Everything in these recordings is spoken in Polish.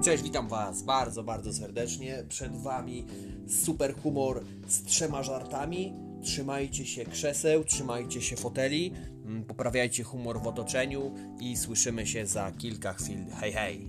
Cześć, witam Was bardzo, bardzo serdecznie. Przed Wami super humor z 3 żartami. Trzymajcie się krzeseł, trzymajcie się foteli, poprawiajcie humor w otoczeniu i słyszymy się za kilka chwil. Hej, hej!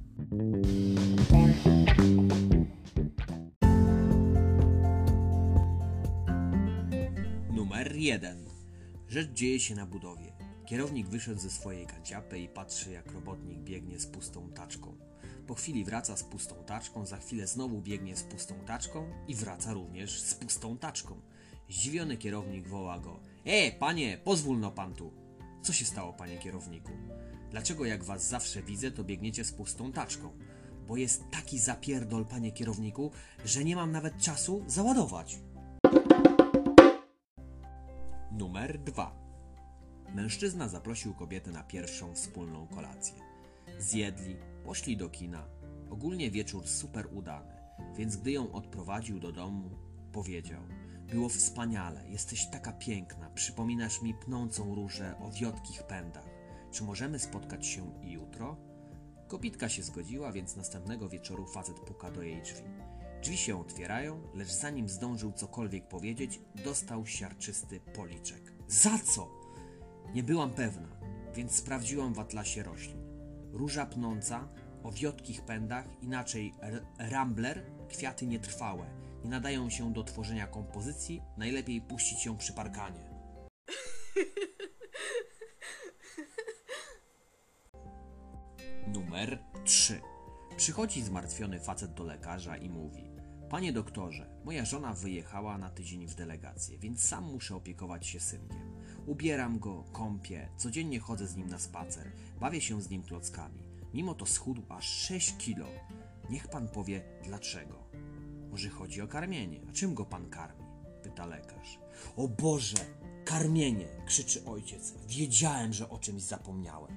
Numer 1. Rzecz dzieje się na budowie. Kierownik wyszedł ze swojej kanciapy i patrzy, jak robotnik biegnie z pustą taczką. Po chwili wraca z pustą taczką, za chwilę znowu biegnie z pustą taczką i wraca również z pustą taczką. Zdziwiony kierownik woła go: panie, pozwól no pan tu. Co się stało, panie kierowniku? Dlaczego jak was zawsze widzę, to biegniecie z pustą taczką? Bo jest taki zapierdol, panie kierowniku, że nie mam nawet czasu załadować. Numer 2. Mężczyzna zaprosił kobietę na pierwszą wspólną kolację. Zjedli, poszli do kina. Ogólnie wieczór super udany, więc gdy ją odprowadził do domu, powiedział: było wspaniale, jesteś taka piękna, przypominasz mi pnącą różę o wiotkich pędach. Czy możemy spotkać się i jutro? Kobitka się zgodziła, więc następnego wieczoru facet puka do jej drzwi. Drzwi się otwierają, lecz zanim zdążył cokolwiek powiedzieć, dostał siarczysty policzek. Za co? Nie byłam pewna, więc sprawdziłam w atlasie roślin. Róża pnąca, o wiotkich pędach, inaczej rambler, kwiaty nietrwałe. Nie nadają się do tworzenia kompozycji, najlepiej puścić ją przy parkanie. Numer 3. Przychodzi zmartwiony facet do lekarza i mówi: panie doktorze, moja żona wyjechała na tydzień w delegację, więc sam muszę opiekować się synkiem. Ubieram go, kąpię, codziennie chodzę z nim na spacer, bawię się z nim klockami. Mimo to schudł aż 6 kilo. Niech pan powie dlaczego. Może chodzi o karmienie. A czym go pan karmi? Pyta lekarz. O Boże, karmienie! Krzyczy ojciec. Wiedziałem, że o czymś zapomniałem.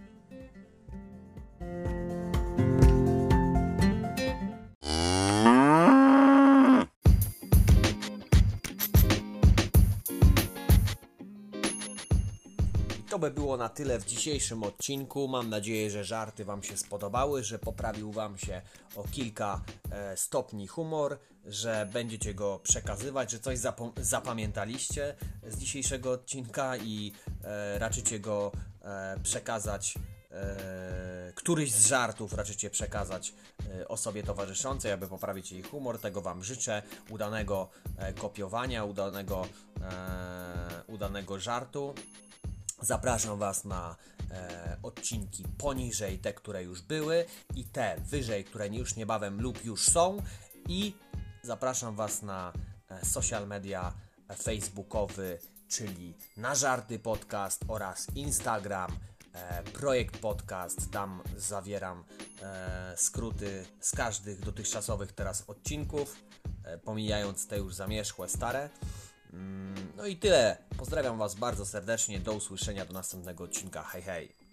To by było na tyle w dzisiejszym odcinku. Mam nadzieję, że żarty Wam się spodobały, że poprawił Wam się o kilka stopni humor, że będziecie go przekazywać, że coś zapamiętaliście z dzisiejszego odcinka i raczycie go przekazać, któryś z żartów raczycie przekazać osobie towarzyszącej, aby poprawić jej humor. Tego Wam życzę. Udanego kopiowania, udanego żartu. Zapraszam Was na odcinki poniżej, te, które już były, i te wyżej, które już niebawem lub już są. I zapraszam Was na social media facebookowy, czyli Na Żarty Podcast oraz Instagram, Projekt Podcast. Tam zawieram skróty z każdych dotychczasowych teraz odcinków, pomijając te już zamierzchłe, stare. No i tyle. Pozdrawiam Was bardzo serdecznie. Do usłyszenia do następnego odcinka. Hej, hej.